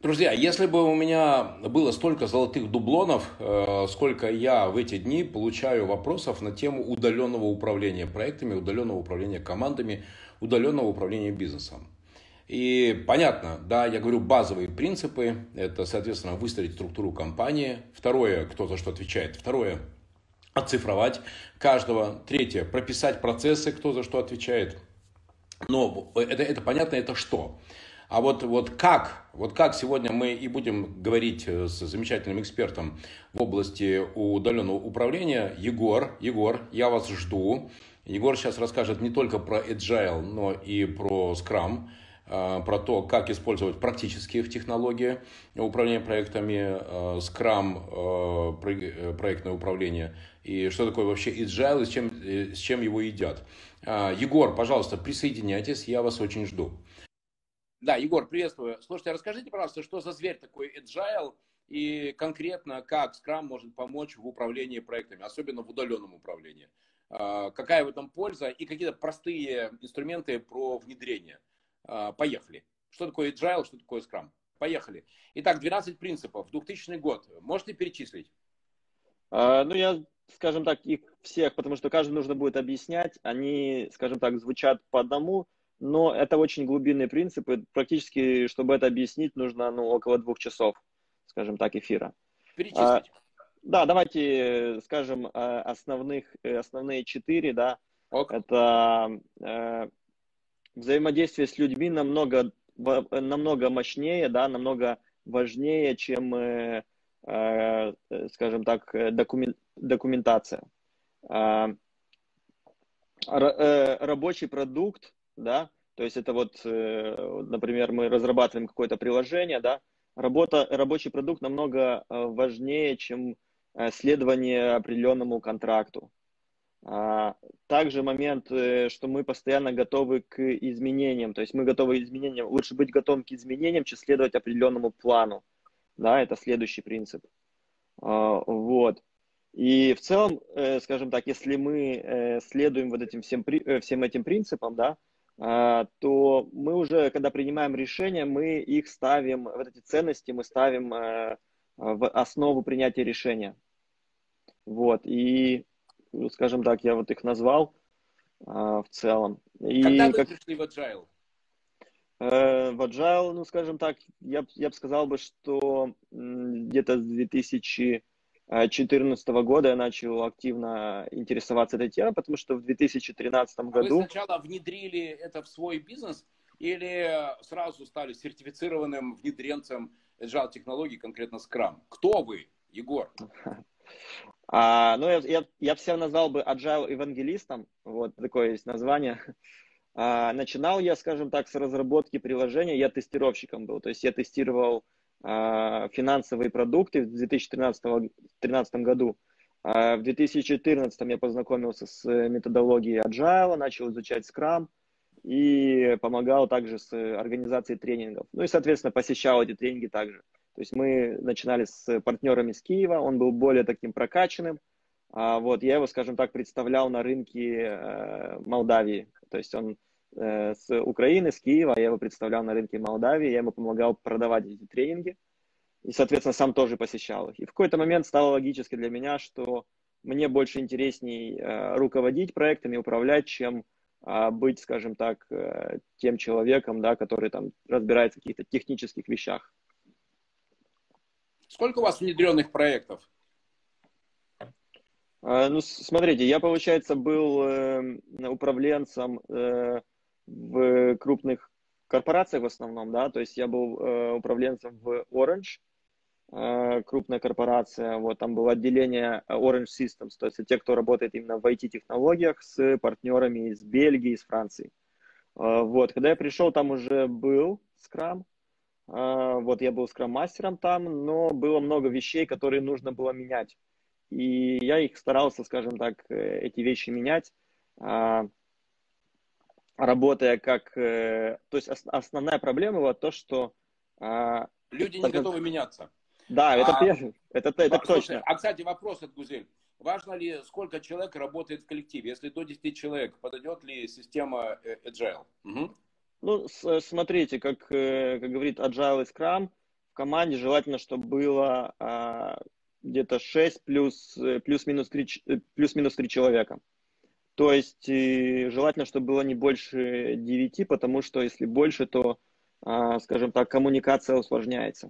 Друзья, если бы у меня было столько золотых дублонов, сколько я в эти дни получаю вопросов на тему удаленного управления проектами, удаленного управления командами, удаленного управления бизнесом. И понятно, да, я говорю базовые принципы. Это, соответственно, выстроить структуру компании. Второе, кто за что отвечает. Второе, оцифровать каждого. Третье, прописать процессы, кто за что отвечает. Но это понятно, это что? А вот как сегодня мы и будем говорить с замечательным экспертом в области удаленного управления, Егор, я вас жду. Егор сейчас расскажет не только про Agile, но и про Scrum, про то, как использовать практические технологии управления проектами, Scrum, проектное управление, и что такое вообще Agile, и с чем его едят. Егор, пожалуйста, присоединяйтесь, я вас очень жду. Да, Егор, приветствую. Слушайте, расскажите, пожалуйста, что за зверь такой Agile и конкретно как Scrum может помочь в управлении проектами, особенно в удаленном управлении. Какая в этом польза и какие-то простые инструменты про внедрение. Поехали. Что такое Agile, что такое Scrum? Поехали. Итак, 12 принципов, 2000 год. Можете перечислить? Ну, я, скажем так, их всех, потому что каждый нужно будет объяснять. Они, скажем так, звучат по одному, но это очень глубинные принципы. Практически, чтобы это объяснить, нужно около 2 часов, скажем так, эфира. Перечислить. Да, давайте скажем основные 4, да. Ок. Это взаимодействие с людьми намного мощнее, да, намного важнее, чем, скажем так, документация. Рабочий продукт, да, то есть это вот, например, мы разрабатываем какое-то приложение, да, рабочий продукт намного важнее, чем следование определенному контракту. Также момент, что мы постоянно готовы к изменениям, то есть мы готовы к изменениям, лучше быть готовым к изменениям, чем следовать определенному плану, да, это следующий принцип. Вот. И в целом, скажем так, если мы следуем вот этим всем этим принципам, да, то мы уже, когда принимаем решения, мы их ставим, вот эти ценности мы ставим в основу принятия решения. Вот. И, скажем так, я вот их назвал в целом. Когда вы пришли в Agile? В Agile, ну, скажем так, я бы сказал бы, что где-то с 2014 года я начал активно интересоваться этой темой, потому что в 2013 году... Вы сначала внедрили это в свой бизнес или сразу стали сертифицированным внедренцем Agile технологий, конкретно Scrum? Кто вы, Егор? Ну, я всем назвал бы Agile евангелистом, вот такое есть название. Начинал я, скажем так, с разработки приложения, я тестировщиком был, то есть я тестировал финансовые продукты в 2013 году. В 2014 я познакомился с методологией Agile, начал изучать Scrum и помогал также с организацией тренингов. Ну и, соответственно, посещал эти тренинги также. То есть мы начинали с партнерами с Киева, он был более таким прокачанным. Вот, я его, скажем так, представлял на рынке Молдавии. То есть он с Украины, с Киева, я его представлял на рынке Молдавии, я ему помогал продавать эти тренинги. И, соответственно, сам тоже посещал их. И в какой-то момент стало логически для меня, что мне больше интересней руководить проектами, управлять, чем быть, скажем так, тем человеком, да, который там разбирается в каких-то технических вещах. Сколько у вас внедренных проектов? Ну, смотрите, я, получается, был управленцем в крупных корпорациях в основном, да, то есть я был управленцем в Orange, крупная корпорация, вот, там было отделение Orange Systems, то есть те, кто работает именно в IT-технологиях с партнерами из Бельгии, из Франции. Вот, когда я пришел, там уже был Scrum, вот, я был скрам-мастером там, но было много вещей, которые нужно было менять. И я их старался, скажем так, эти вещи менять, работая как... То есть основная проблема была то, что... Люди не готовы меняться. Да, это первое, это точно. Кстати, вопрос от Гузель. Важно ли, сколько человек работает в коллективе? Если до 10 человек, подойдет ли система Agile? Угу. Ну, смотрите, как говорит Agile и Scrum, в команде желательно, чтобы было где-то 6 плюс-минус 3 человека. То есть желательно, чтобы было не больше 9, потому что если больше, то, скажем так, коммуникация усложняется.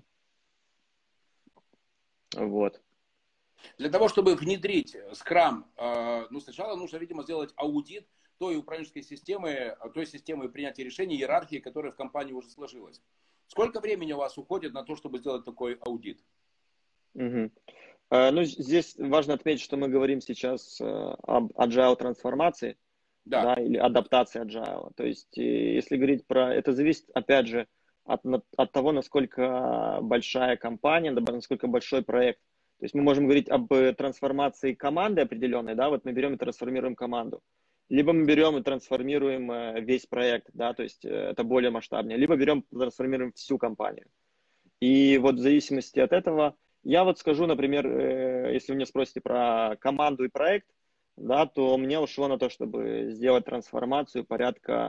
Вот. Для того, чтобы внедрить Scrum, ну, сначала нужно, видимо, сделать аудит той управленческой системы, той системы принятия решений, иерархии, которая в компании уже сложилась. Сколько времени у вас уходит на то, чтобы сделать такой аудит? Угу. Ну, здесь важно отметить, что мы говорим сейчас об agile трансформации, да, или адаптации agile. То есть, если говорить про... Это зависит, опять же, от того, насколько большая компания, насколько большой проект. То есть мы можем говорить об трансформации команды определенной, да, вот мы берем и трансформируем команду. Либо мы берем и трансформируем весь проект, да, то есть это более масштабнее. Либо берем и трансформируем всю компанию. И вот в зависимости от этого, я вот скажу, например, если вы меня спросите про команду и проект, да, то мне ушло на то, чтобы сделать трансформацию порядка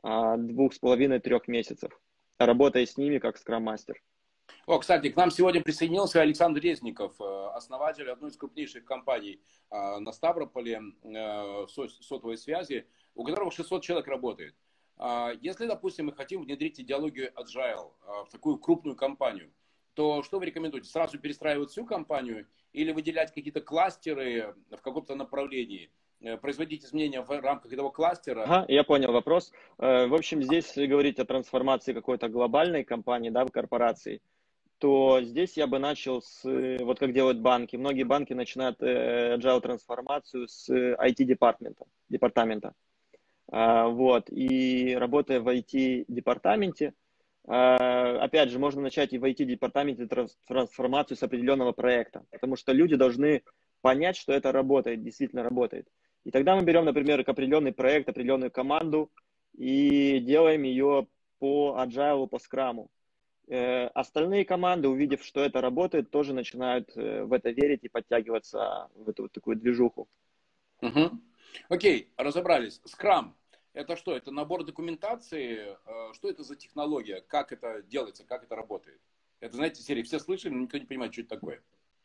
2,5-3 месяцев, работая с ними как скрам-мастер. О, кстати, к нам сегодня присоединился Александр Резников, основатель одной из крупнейших компаний на Ставрополе сотовой связи, у которого 600 человек работает. Если, допустим, мы хотим внедрить идеологию Agile в такую крупную компанию, то что вы рекомендуете? Сразу перестраивать всю компанию или выделять какие-то кластеры в каком-то направлении? Производить изменения в рамках этого кластера? Ага, я понял вопрос. В общем, здесь, если говорить о трансформации какой-то глобальной компании, да, в корпорации, то здесь я бы начал с, вот как делают банки. Многие банки начинают agile трансформацию с IT-департамента. Вот. И работая в IT-департаменте, опять же, можно начать и в IT-департаменте трансформацию с определенного проекта, потому что люди должны понять, что это работает, действительно работает. И тогда мы берем, например, определенный проект, определенную команду и делаем ее по agile, по скраму. Остальные команды, увидев, что это работает, тоже начинают в это верить и подтягиваться в эту вот такую движуху. Угу. Окей, разобрались. Scrum — это что? Это набор документации? Что это за технология? Как это делается? Как это работает? Это, знаете, серии все слышали, но никто не понимает, что это такое.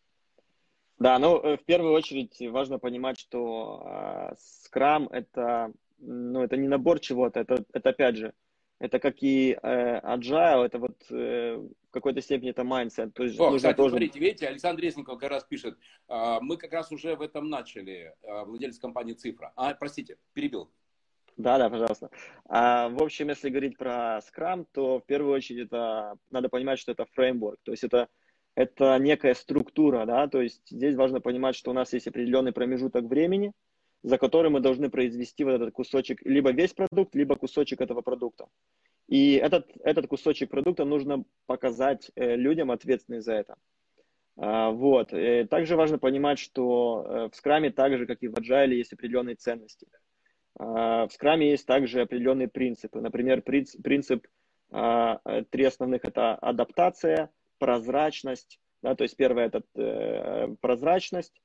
Да, ну, в первую очередь важно понимать, что Scrum это, ну, это не набор чего-то, это опять же, это как и Agile, это вот в какой-то степени это mindset. То есть нужно Кстати, тоже... смотрите, видите, Александр Резников как раз пишет, мы как раз уже в этом начали, владелец компании «Цифра». Простите, перебил. Да, пожалуйста. В общем, если говорить про Scrum, то в первую очередь это надо понимать, что это фреймворк, то есть это некая структура, да, то есть здесь важно понимать, что у нас есть определенный промежуток времени, за который мы должны произвести вот этот кусочек, либо весь продукт, либо кусочек этого продукта. И этот кусочек продукта нужно показать людям, ответственным за это. Вот. Также важно понимать, что в Scrum, так же, как и в Agile, есть определенные ценности. В Scrum есть также определенные принципы. Например, принцип 3 основных – это адаптация, прозрачность. Да, то есть первое – это прозрачность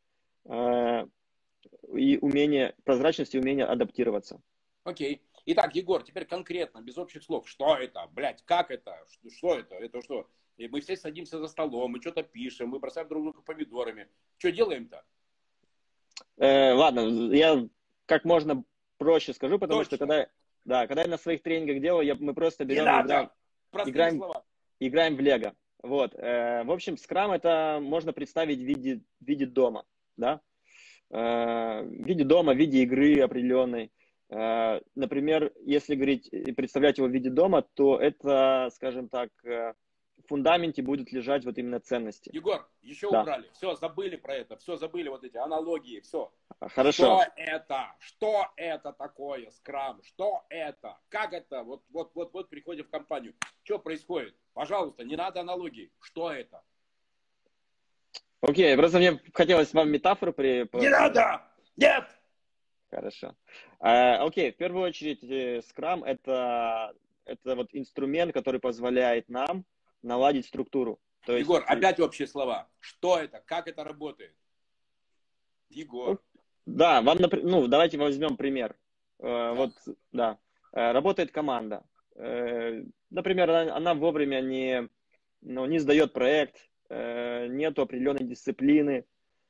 и умение адаптироваться. Окей. Итак, Егор, теперь конкретно, без общих слов. Что это? Блядь, как это? Что это? Это что? И мы все садимся за столом, мы что-то пишем, мы бросаем друг друга помидорами. Что делаем-то? Ладно, я как можно проще скажу, потому Точно. что когда я на своих тренингах делаю, мы просто берем и играем в Лего. Вот. В общем, Scrum это можно представить в виде дома, да? В виде дома, в виде игры определенной. Например, если говорить и представлять его в виде дома, то это, скажем так, в фундаменте будут лежать вот именно ценности. Егор, еще убрали. Все, забыли про это. Все, забыли вот эти аналогии. Все. Хорошо. Что это? Что это такое, Scrum? Что это? Как это? Вот приходим в компанию. Что происходит? Пожалуйста, не надо аналогии. Что это? Окей, просто мне хотелось вам метафору Не надо! Нет! Хорошо. Окей, в первую очередь Scrum это вот инструмент, который позволяет нам наладить структуру. То есть... Егор, опять общие слова. Что это? Как это работает? Егор. Да, давайте возьмем пример. Да. Вот, да. Работает команда. Например, она вовремя но не сдает проект, нет определенной дисциплины,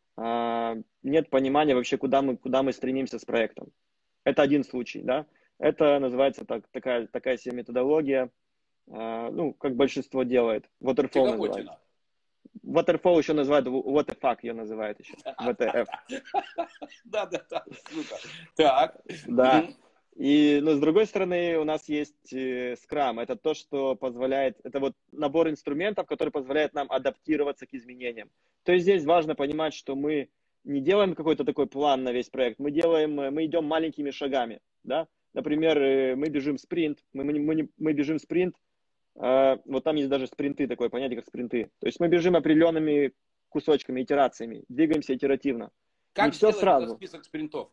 нет понимания вообще, куда мы стремимся с проектом. Это один случай, да. Это называется такая себе методология, ну, как большинство делает. Waterfall называется. Тягомотина. Waterfall еще называют, what the fuck ее называют еще. WTF. Да, круто. Так. Да. И, но с другой стороны, у нас есть Scrum. Это то, что позволяет, это вот набор инструментов, который позволяет нам адаптироваться к изменениям. То есть здесь важно понимать, что мы не делаем какой-то такой план на весь проект, мы идем маленькими шагами, да. Например, мы бежим спринт, мы бежим спринт, вот там есть даже спринты, такое понятие, как спринты. То есть мы бежим определенными кусочками, итерациями, двигаемся итеративно. Не Как все сделать этот сразу. список спринтов?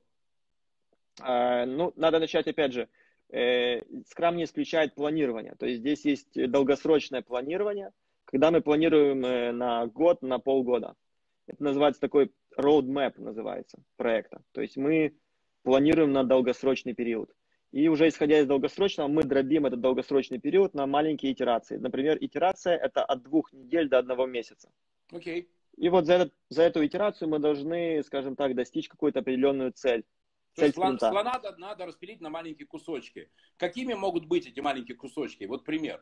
Ну, надо начать, опять же, Scrum не исключает планирование. То есть здесь есть долгосрочное планирование, когда мы планируем на год, на полгода. Это называется такой roadmap, называется, проекта. То есть мы планируем на долгосрочный период. И уже исходя из долгосрочного, мы дробим этот долгосрочный период на маленькие итерации. Например, итерация – это от 2 недель до 1 месяца. Окей. И вот за эту итерацию мы должны, скажем так, достичь какую-то определенную цель. То есть Спринта. слона надо распилить на маленькие кусочки. Какими могут быть эти маленькие кусочки? Вот пример.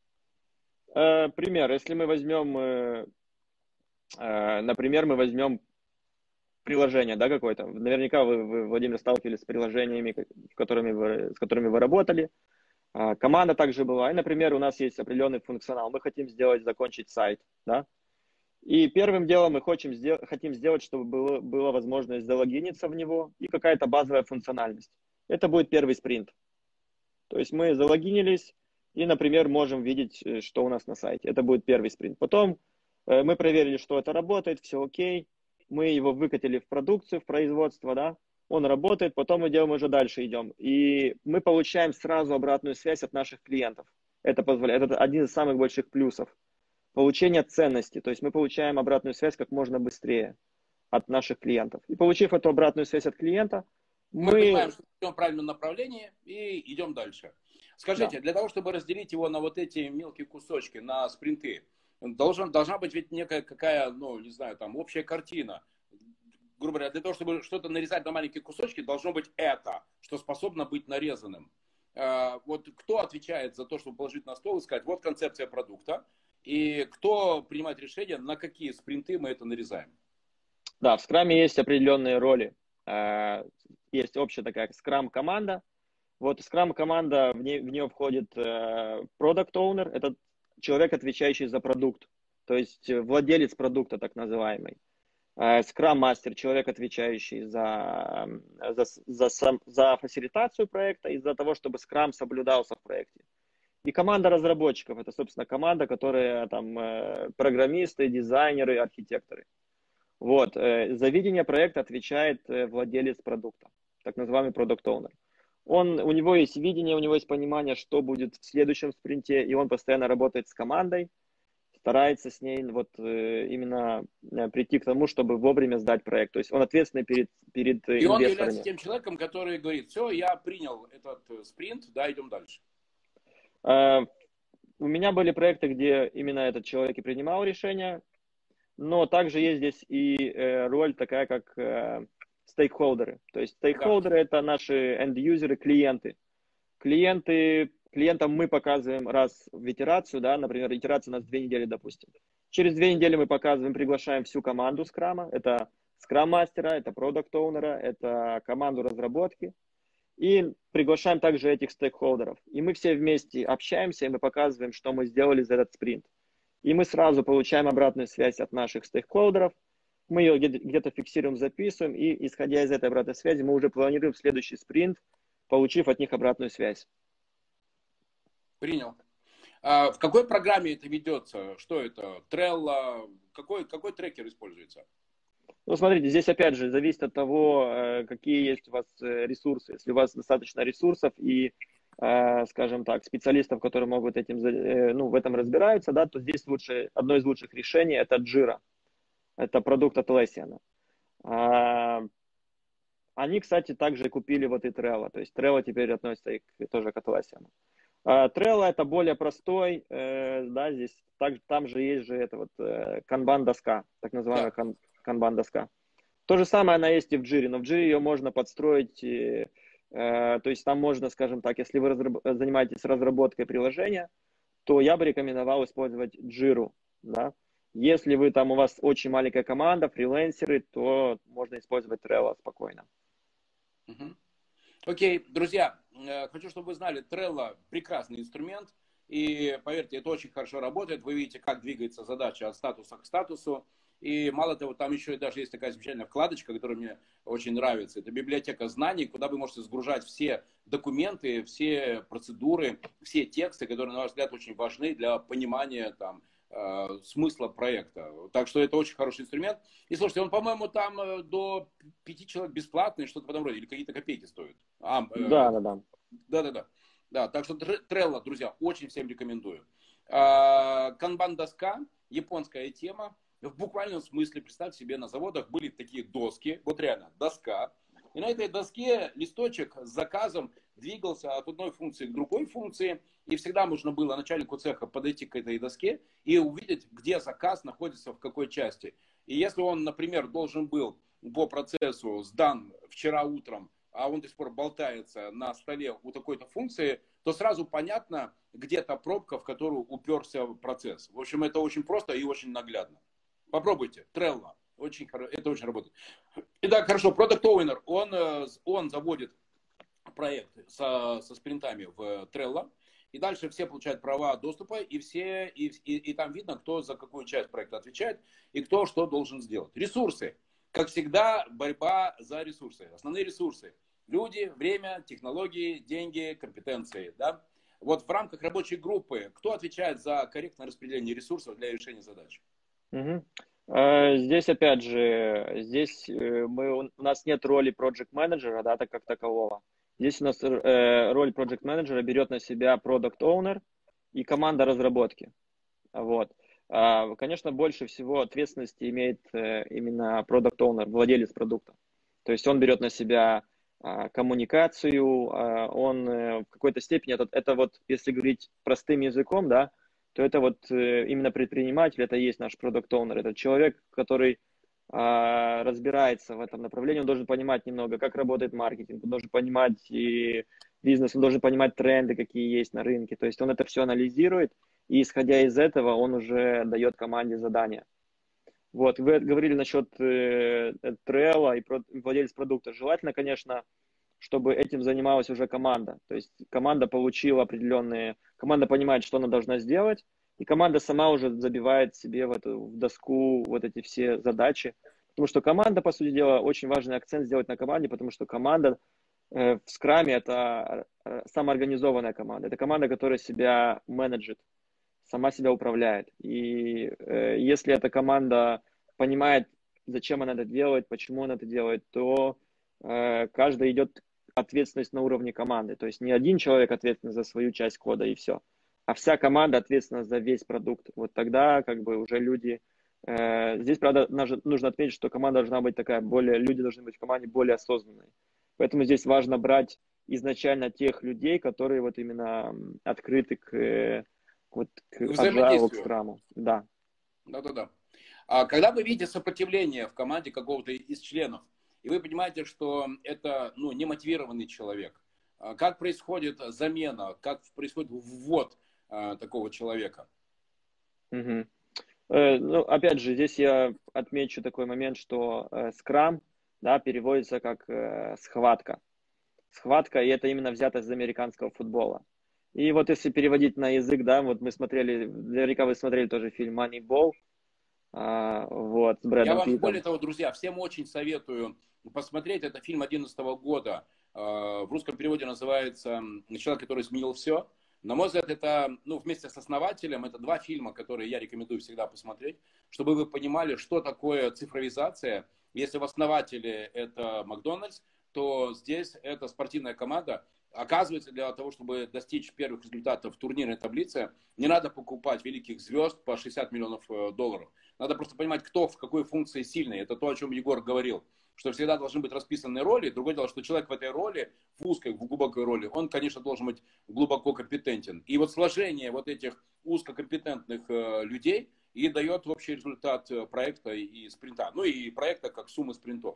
Пример. Если мы возьмем, например, мы возьмем приложение, да, какое-то. Наверняка вы, Владимир, сталкивались с приложениями, с которыми вы работали. Команда также была. И, например, у нас есть определенный функционал. Мы хотим закончить сайт, да. И первым делом мы хотим сделать, чтобы была возможность залогиниться в него и какая-то базовая функциональность. Это будет первый спринт. То есть мы залогинились и, например, можем видеть, что у нас на сайте. Это будет первый спринт. Потом мы проверили, что это работает, все окей. Мы его выкатили в продукцию, в производство, да. Он работает, потом мы уже дальше идем. И мы получаем сразу обратную связь от наших клиентов. Это один из самых больших плюсов. Получение ценности. То есть мы получаем обратную связь как можно быстрее от наших клиентов. И получив эту обратную связь от клиента, мы понимаем, что идем в правильном направлении и идем дальше. Скажите, да. Для того, чтобы разделить его на вот эти мелкие кусочки, на спринты, должна быть ведь некая какая, ну, не знаю, там, общая картина. Грубо говоря, для того, чтобы что-то нарезать на маленькие кусочки, должно быть это, что способно быть нарезанным. Вот кто отвечает за то, чтобы положить на стол и сказать, вот концепция продукта, и кто принимает решение, на какие спринты мы это нарезаем? Да, в скраме есть определенные роли. Есть общая такая скрам-команда. Вот скрам-команда, в нее входит product owner, это человек, отвечающий за продукт, то есть владелец продукта, так называемый. Скрам-мастер, человек, отвечающий за фасилитацию проекта и за того, чтобы скрам соблюдался в проекте. И команда разработчиков, это, собственно, команда, которая там программисты, дизайнеры, архитекторы. Вот. За видение проекта отвечает владелец продукта, так называемый product owner. У него есть видение, у него есть понимание, что будет в следующем спринте, и он постоянно работает с командой, старается с ней вот именно прийти к тому, чтобы вовремя сдать проект. То есть он ответственный перед инвесторами. И он является тем человеком, который говорит, все, я принял этот спринт, да, идем дальше. У меня были проекты, где именно этот человек и принимал решения, но также есть здесь и роль такая, как стейкхолдеры. То есть стейкхолдеры — это наши end-юзеры, клиенты. Клиентам мы показываем раз в итерацию, да, например, итерация у нас 2 недели, допустим. Через 2 недели мы приглашаем всю команду скрама. Это скрам-мастера, это продакт-оунера, это команду разработки. И приглашаем также этих стейкхолдеров. И мы все вместе общаемся, и мы показываем, что мы сделали за этот спринт. И мы сразу получаем обратную связь от наших стейкхолдеров. Мы ее где-то фиксируем, записываем, и исходя из этой обратной связи мы уже планируем следующий спринт, получив от них обратную связь. Принял. В какой программе это ведется? Что это? Trello? Какой трекер используется? Ну, смотрите, здесь опять же зависит от того, какие есть у вас ресурсы. Если у вас достаточно ресурсов и, скажем так, специалистов, которые могут в этом разбираются, да, то здесь одно из лучших решений — это Jira. Это продукт Atlassian. Они, кстати, также купили вот и Trello. То есть Trello теперь относится тоже к Atlassian. Trello это более простой, да, здесь там же есть же это вот канбан-доска, так называемая Да. канбан-доска. То же самое она есть и в Jira, но в Jira ее можно подстроить, то есть там можно, скажем так, если вы занимаетесь разработкой приложения, то я бы рекомендовал использовать Jira, да. Если вы там, у вас очень маленькая команда, фрилансеры, то можно использовать Trello спокойно. Мгм. Окей, друзья, хочу, чтобы вы знали, Trello прекрасный инструмент, и поверьте, это очень хорошо работает. Вы видите, как двигается задача от статуса к статусу. И мало того, там еще даже есть такая замечательная вкладочка, которая мне очень нравится. Это библиотека знаний, куда вы можете сгружать все документы, все процедуры, все тексты, которые, на ваш взгляд, очень важны для понимания там, смысла проекта. Так что это очень хороший инструмент. И слушайте, он, по-моему, там до 5 человек бесплатный, что-то в этом роде, или какие-то копейки стоит. Да, да, да. Да-да-да. Да, так что Trello, друзья, очень всем рекомендую. Канбан-доска, японская тема. В буквальном смысле, представьте себе, на заводах были такие доски, вот реально, доска. И на этой доске листочек с заказом двигался от одной функции к другой функции. И всегда нужно было начальнику цеха подойти к этой доске и увидеть, где заказ находится в какой части. И если он, например, должен был по процессу сдан вчера утром, а он до сих пор болтается на столе у такой-то функции, то сразу понятно, где та пробка, в которую уперся процесс. В общем, это очень просто и очень наглядно. Попробуйте. Trello. Это очень работает. Итак, хорошо. Product Owner, он заводит проект со спринтами в Trello. И дальше все получают права доступа, и там видно, кто за какую часть проекта отвечает, и кто что должен сделать. Ресурсы. Как всегда, борьба за ресурсы. Основные ресурсы. Люди, время, технологии, деньги, компетенции. Да? Вот в рамках рабочей группы, кто отвечает за корректное распределение ресурсов для решения задач? Мгм. Здесь, опять же, здесь у нас нет роли project менеджера, да, так как такового. Здесь у нас роль project менеджера берет на себя product owner и команда разработки. Вот. Конечно, больше всего ответственности имеет именно product owner, владелец продукта. То есть он берет на себя коммуникацию, он в какой-то степени, это вот, если говорить простым языком, да, то это вот именно предприниматель, это и есть наш product owner, это человек, который разбирается в этом направлении, он должен понимать немного, как работает маркетинг, он должен понимать и бизнес, он должен понимать тренды, какие есть на рынке, то есть он это все анализирует, и исходя из этого он уже дает команде задания. Вот, вы говорили насчет Trello и владелец продукта. Желательно, конечно, чтобы этим занималась уже команда. То есть команда получила определенные... Команда понимает, что она должна сделать, и команда сама уже забивает себе в доску вот эти все задачи. Потому что команда, по сути дела, очень важный акцент сделать на команде, потому что команда в скраме это самоорганизованная команда. Это команда, которая себя менеджит, сама себя управляет. И если эта команда понимает, зачем она это делает, почему она это делает, то каждый идет ответственность на уровне команды. То есть не один человек ответственен за свою часть кода и все, а вся команда ответственна за весь продукт. Вот тогда как бы уже люди... Здесь, правда, нужно отметить, что команда должна быть такая более... Люди должны быть в команде более осознанные. Поэтому здесь важно брать изначально тех людей, которые вот именно открыты к agile, к Взаимодействию. скраму. Да. Да-да-да. А когда вы видите сопротивление в команде какого-то из членов, и вы понимаете, что это немотивированный человек, как происходит замена, как происходит ввод такого человека? Мгм. Ну, опять же, здесь я отмечу такой момент, что скрам, да, переводится как схватка. Схватка, и это именно взято из американского футбола. И вот если переводить на язык, да, вот мы смотрели, наверняка вы смотрели тоже фильм Moneyball, вот, с Я Брэдом вам, более Питтом. того, друзья, всем очень советую посмотреть. Это фильм 2011 года. В русском переводе называется «Человек, который изменил все». На мой взгляд, это, вместе с «Основателем», это два фильма, которые я рекомендую всегда посмотреть, чтобы вы понимали, что такое цифровизация. Если в «Основателе» это Макдональдс, то здесь это спортивная команда, Оказывается, для того, чтобы достичь первых результатов в турнирной таблице, не надо покупать великих звезд по 60 миллионов долларов. Надо просто понимать, кто в какой функции сильный. Это то, о чем Егор говорил. Что всегда должны быть расписаны роли. Другое дело, что человек в этой роли, в узкой, в глубокой роли, он, конечно, должен быть глубоко компетентен. И вот сложение вот этих узкокомпетентных людей и дает общий результат проекта и спринта. Ну и проекта как суммы спринтов.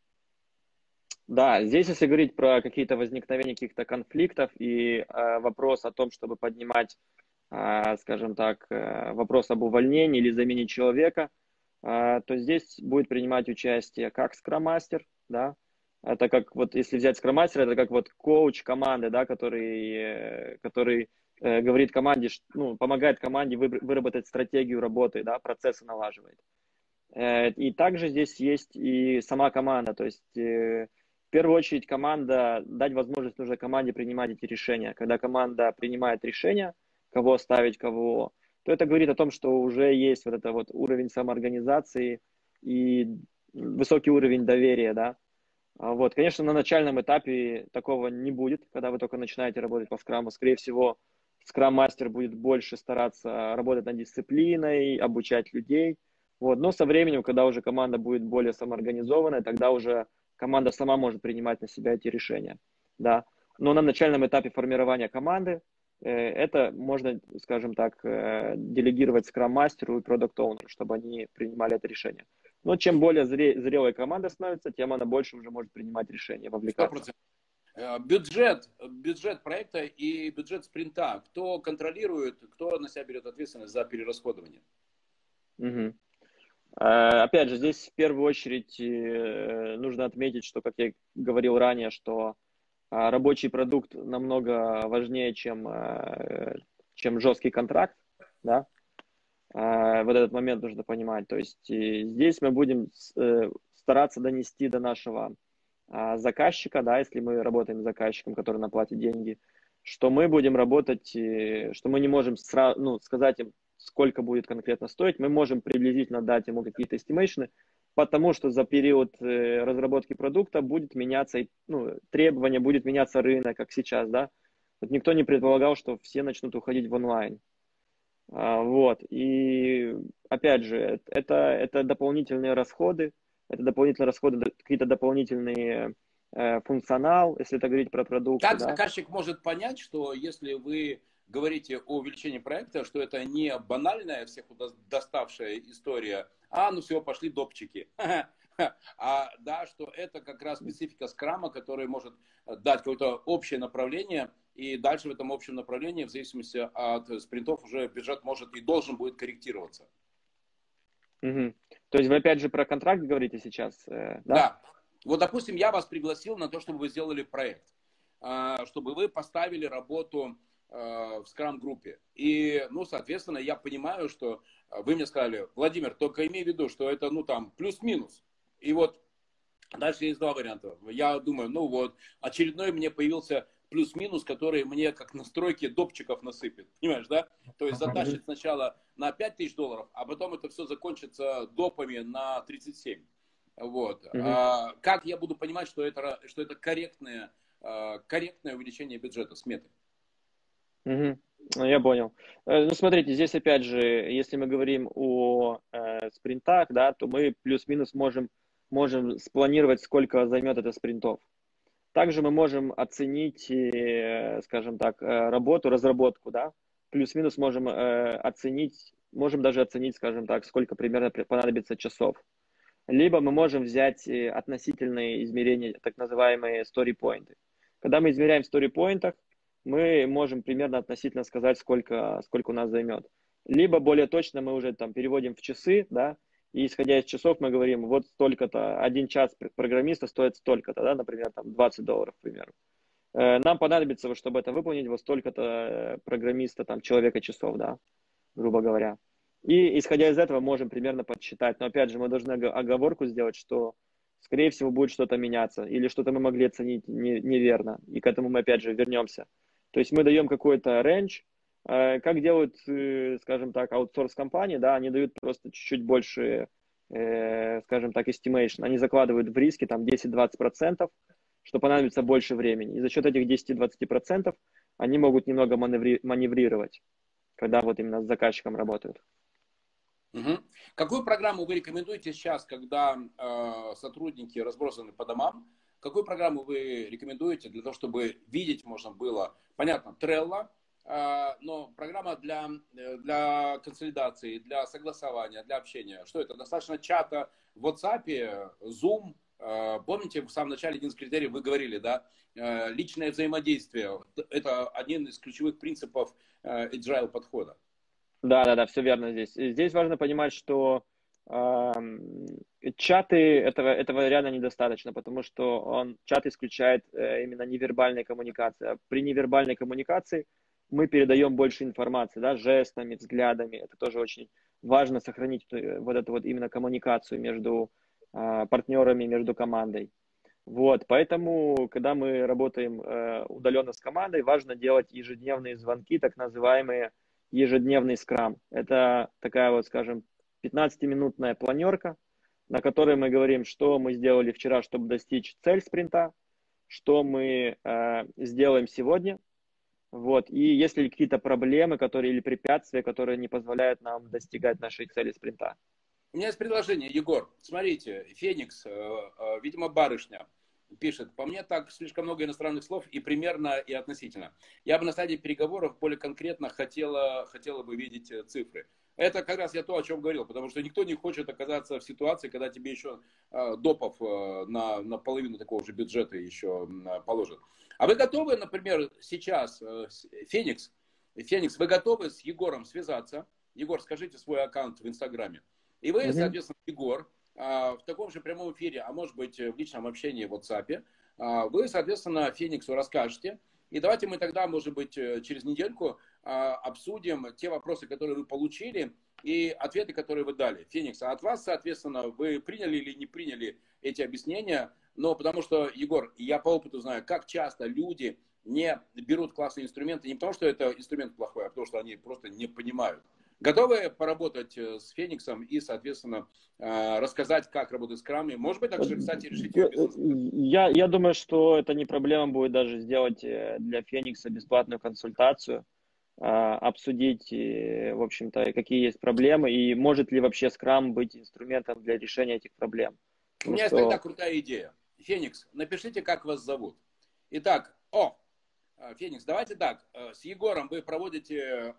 Да, здесь, если говорить про какие-то возникновения каких-то конфликтов и вопрос о том, чтобы поднимать, скажем так, вопрос об увольнении или замене человека, то здесь будет принимать участие как скрам-мастер, да, это как вот, если взять скрам-мастера, это как вот коуч команды, да, который говорит команде, ну, помогает команде выработать стратегию работы, да, процессы налаживает. И также здесь есть и сама команда, то есть в первую очередь команда, дать возможность нужно команде принимать эти решения. Когда команда принимает решение, кого ставить, кого, то это говорит о том, что уже есть вот это вот уровень самоорганизации и высокий уровень доверия, да. Вот, конечно, на начальном этапе такого не будет, когда вы только начинаете работать по скраму. Скорее всего, скрам-мастер будет больше стараться работать над дисциплиной, обучать людей. Вот. Но со временем, когда уже команда будет более самоорганизованная, тогда уже команда сама может принимать на себя эти решения. Да. Но на начальном этапе формирования команды это можно, скажем так, делегировать скрам-мастеру и продакт-оунеру, чтобы они принимали это решение. Но чем более зрелая команда становится, тем она больше уже может принимать решения, вовлекаться. 100%. Бюджет проекта и бюджет спринта. Кто контролирует, кто на себя берет ответственность за перерасходование? Угу. Опять же, здесь в первую очередь нужно отметить, что, как я говорил ранее, что рабочий продукт намного важнее, чем жесткий контракт, да. Вот этот момент нужно понимать. То есть здесь мы будем стараться донести до нашего заказчика, да, если мы работаем с заказчиком, который нам платит деньги, что мы будем работать, что мы не можем сказать им, сколько будет конкретно стоить, мы можем приблизительно дать ему какие-то эстимейшны, потому что за период разработки продукта будет меняться, ну, требования, будет меняться рынок, как сейчас, да. Вот никто не предполагал, что все начнут уходить в онлайн. Вот, и опять же, это дополнительные расходы, какие-то дополнительные функционал, если это говорить про продукты. Как да? заказчик может понять, что если вы говорите о увеличении проекта, что это не банальная всех доставшая история, ну все, пошли допчики, да, что это как раз специфика скрама, который может дать какое-то общее направление, и дальше в этом общем направлении, в зависимости от спринтов, уже бюджет может и должен будет корректироваться. Угу. То есть вы опять же про контракт говорите сейчас, да? Да. Вот, допустим, я вас пригласил на то, чтобы вы сделали проект, чтобы вы поставили работу в скрам-группе. И, ну, соответственно, я понимаю, что вы мне сказали: Владимир, только имей в виду, что это, ну, там, плюс-минус. И вот дальше есть два варианта. Я думаю, ну вот, очередной мне появился плюс-минус, который мне как настройки допчиков насыпет. Понимаешь, да? То есть затащит сначала на 5000 долларов, а потом это все закончится допами на 37. Вот. Как я буду понимать, что это корректное увеличение бюджета, сметы? Я понял. Ну, смотрите, здесь опять же, если мы говорим о спринтах, да, то мы плюс-минус можем спланировать, сколько займет это спринтов. Также мы можем оценить, скажем так, разработку, да, плюс-минус можем даже оценить, скажем так, сколько примерно понадобится часов. Либо мы можем взять относительные измерения, так называемые story-поинты. Когда мы измеряем в story-поинтах, мы можем примерно относительно сказать, сколько у нас займет. Либо более точно мы уже там переводим в часы, да, и исходя из часов мы говорим, вот столько-то, 1 час программиста стоит столько-то, да, например, там $20, к примеру. Нам понадобится, чтобы это выполнить, вот столько-то программиста, там, человека часов, да, грубо говоря. И исходя из этого можем примерно подсчитать. Но опять же, мы должны оговорку сделать, что, скорее всего, будет что-то меняться, или что-то мы могли оценить неверно. И к этому мы опять же вернемся. То есть мы даем какой-то range, как делают, скажем так, аутсорс-компании, да, они дают просто чуть-чуть больше, скажем так, estimation. Они закладывают в риски там 10-20%, что понадобится больше времени. И за счет этих 10-20% они могут немного маневрировать, когда вот именно с заказчиком работают. Угу. Какую программу вы рекомендуете сейчас, когда сотрудники разбросаны по домам? Какую программу вы рекомендуете для того, чтобы видеть можно было? Понятно, Trello, но программа для консолидации, для согласования, для общения. Что это? Достаточно чата в WhatsApp, Zoom. Помните, в самом начале один из критериев вы говорили, да? Личное взаимодействие. Это один из ключевых принципов agile подхода. Да, все верно здесь. Здесь важно понимать, что чаты этого реально недостаточно, потому что чат исключает именно невербальные коммуникации. А при невербальной коммуникации мы передаем больше информации, да, жестами, взглядами. Это тоже очень важно сохранить вот эту вот именно коммуникацию между партнерами, между командой. Вот, поэтому, когда мы работаем удаленно с командой, важно делать ежедневные звонки, так называемые ежедневный скрам. Это такая вот, скажем, 15-минутная планерка, на которой мы говорим, что мы сделали вчера, чтобы достичь цель спринта, что мы сделаем сегодня. Вот. И есть ли какие-то проблемы, или препятствия, которые не позволяют нам достигать нашей цели спринта. У меня есть предложение, Егор. Смотрите, Феникс, видимо, барышня, пишет: по мне так слишком много иностранных слов и примерно, и относительно. Я бы на стадии переговоров более конкретно хотела бы видеть цифры. Это как раз я то, о чем говорил, потому что никто не хочет оказаться в ситуации, когда тебе еще допов на половину такого же бюджета еще положат. А вы готовы, например, сейчас, Феникс, вы готовы с Егором связаться? Егор, скажите свой аккаунт в Инстаграме. И вы, соответственно, Егор, в таком же прямом эфире, а может быть в личном общении в WhatsApp, вы, соответственно, Фениксу расскажете. И давайте мы тогда, может быть, через недельку обсудим те вопросы, которые вы получили, и ответы, которые вы дали. Феникс, а от вас, соответственно, вы приняли или не приняли эти объяснения? Но потому что, Егор, я по опыту знаю, как часто люди не берут классные инструменты, не потому что это инструмент плохой, а потому что они просто не понимают. Готовы поработать с Фениксом и, соответственно, рассказать, как работать с крамами? Может быть, также, кстати, решить его бизнес? Я думаю, что это не проблема будет даже сделать для Феникса бесплатную консультацию, обсудить, в общем-то, какие есть проблемы и может ли вообще скрам быть инструментом для решения этих проблем. У меня есть тогда крутая идея. Феникс, напишите, как вас зовут. Итак, Феникс, давайте так, с Егором вы проводите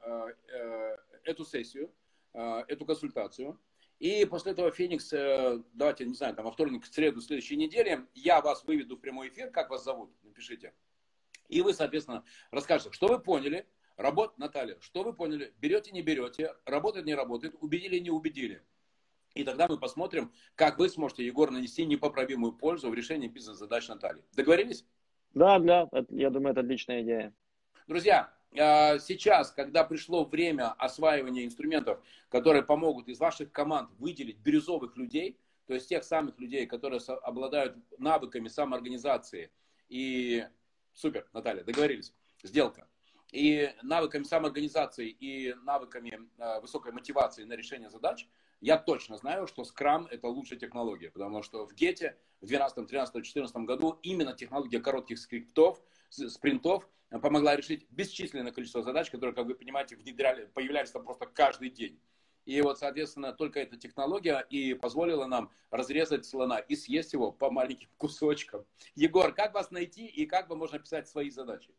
эту сессию, эту консультацию, и после этого, Феникс, давайте, не знаю, там, во вторник, в среду, в следующей неделе, я вас выведу в прямой эфир, как вас зовут, напишите. И вы, соответственно, расскажете, что вы поняли, Наталья, что вы поняли, берете, не берете, работает, не работает, убедили, не убедили. И тогда мы посмотрим, как вы сможете, Егор, нанести непоправимую пользу в решении бизнес-задач Натальи. Договорились? Да, я думаю, это отличная идея. Друзья, сейчас, когда пришло время осваивания инструментов, которые помогут из ваших команд выделить бирюзовых людей, то есть тех самых людей, которые обладают навыками самоорганизации и... Супер, Наталья, договорились. Сделка. И навыками самоорганизации, и навыками высокой мотивации на решение задач, я точно знаю, что Scrum это лучшая технология, потому что в Гете в 2012, 2013, 2014 году именно технология коротких скриптов, спринтов помогла решить бесчисленное количество задач, которые, как вы понимаете, появлялись там просто каждый день. И вот, соответственно, только эта технология и позволила нам разрезать слона и съесть его по маленьким кусочкам. Егор, как вас найти и как вам можно писать свои задачи?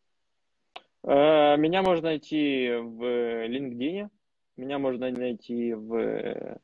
Меня можно найти в LinkedIn, меня можно найти в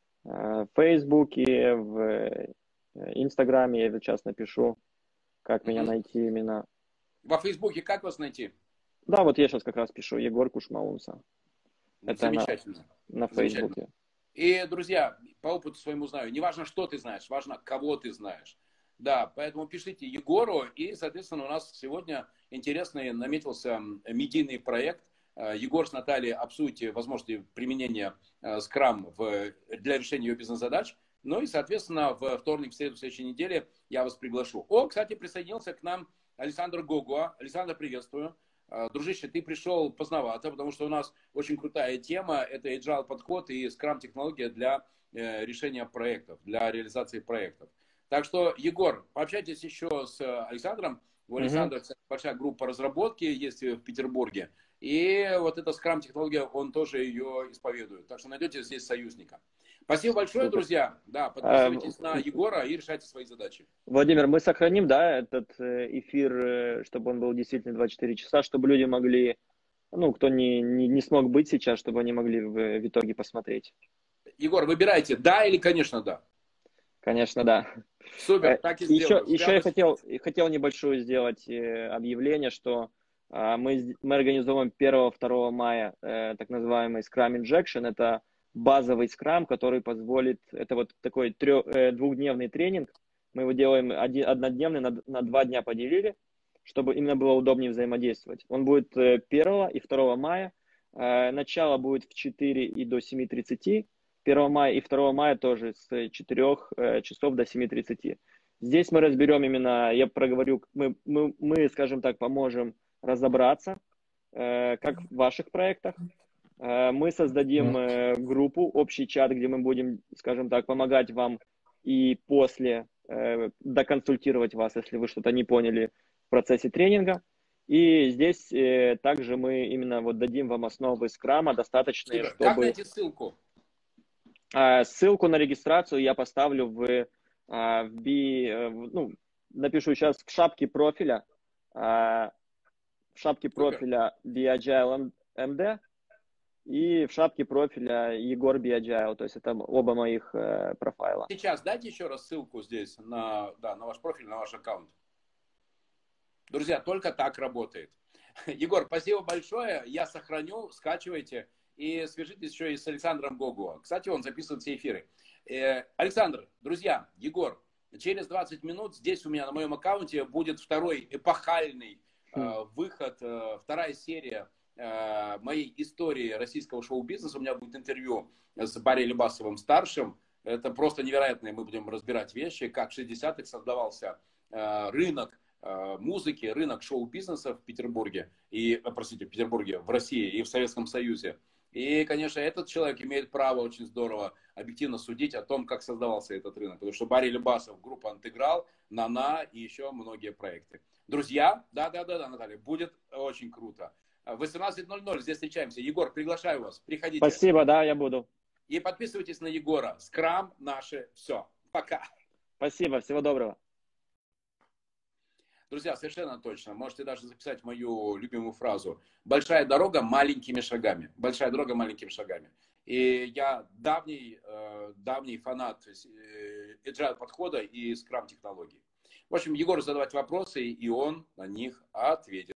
Фейсбуке, в Инстаграме, я сейчас напишу, как меня найти именно. Во Фейсбуке как вас найти? Да, вот я сейчас как раз пишу Егор Кушмаунса. Это замечательно. На Фейсбуке. И, друзья, по опыту своему знаю, не важно, что ты знаешь, важно, кого ты знаешь. Да, поэтому пишите Егору, и, соответственно, у нас сегодня интересный наметился медийный проект. Егор с Натальей обсудите возможности применения Scrum для решения ее бизнес-задач. Ну и, соответственно, в вторник, в среду, в следующей неделе я вас приглашу. Кстати, присоединился к нам Александр Гогуа. Александр, приветствую. Дружище, ты пришел поздновато, потому что у нас очень крутая тема. Это agile подход и Scrum технология для решения проектов, для реализации проектов. Так что, Егор, пообщайтесь еще с Александром. У Мгм. Александра, кстати, большая группа разработки есть в Петербурге. И вот эта скрам-технология, он тоже ее исповедует. Так что найдете здесь союзника. Спасибо большое, Супер. друзья. Да, А, подписывайтесь на Егора и решайте свои задачи. Владимир, мы сохраним, да, этот эфир, чтобы он был действительно 24 часа, чтобы люди могли, ну, кто не смог быть сейчас, чтобы они могли в итоге посмотреть. Егор, выбирайте, да или, конечно, да. Конечно, да. Супер, так и Еще, сделаю. еще я Прямо сейчас. хотел небольшое сделать объявление, что мы организовываем 1-2 мая так называемый Scrum Injection. Это базовый скрам, который позволит, это вот такой двухдневный тренинг. Мы его делаем однодневный, на 2 дня поделили, чтобы именно было удобнее взаимодействовать. Он будет 1 и 2 мая. Начало будет в 4 и до 7:30. 1 мая и 2 мая тоже с 4 часов до 7:30. Здесь мы разберем именно, я проговорю, мы, скажем так, поможем разобраться, как в ваших проектах. Мы создадим группу, общий чат, где мы будем, скажем так, помогать вам и после доконсультировать вас, если вы что-то не поняли в процессе тренинга. И здесь также мы именно вот дадим вам основы скрама, достаточные, Супер. Как чтобы... найти ссылку? Ссылку на регистрацию я поставлю ну, напишу сейчас в шапке профиля, Супер. BeAgile MD и в шапке профиля Егор BeAgile, то есть это оба моих профайла. Сейчас дайте еще раз ссылку здесь на, да, на ваш профиль, на ваш аккаунт. Друзья, только так работает. Егор, спасибо большое. Я сохраню, скачивайте и свяжитесь еще и с Александром Гогуа. Кстати, он записывает все эфиры. Александр, друзья, Егор, через 20 минут здесь у меня на моем аккаунте будет второй эпохальный выход, вторая серия моей истории российского шоу-бизнеса. У меня будет интервью с Барри Лебасовым-старшим. Это просто невероятно. Мы будем разбирать вещи, как в 60-х создавался рынок музыки, рынок шоу-бизнеса в Петербурге, простите, в Петербурге, в России и в Советском Союзе. И, конечно, этот человек имеет право очень здорово объективно судить о том, как создавался этот рынок. Потому что Барри Лебасов, группа «Антиграл», «Нана» и еще многие проекты. Друзья, да, Наталья, будет очень круто. В 18:00 здесь встречаемся. Егор, приглашаю вас, приходите. Спасибо, да, я буду. И подписывайтесь на Егора. Скрам наше все. Пока. Спасибо, всего доброго. Друзья, совершенно точно. Можете даже записать мою любимую фразу. Большая дорога маленькими шагами. Большая дорога маленькими шагами. И я давний фанат agile подхода и скрам технологий. В общем, Егору задавать вопросы, и он на них ответит.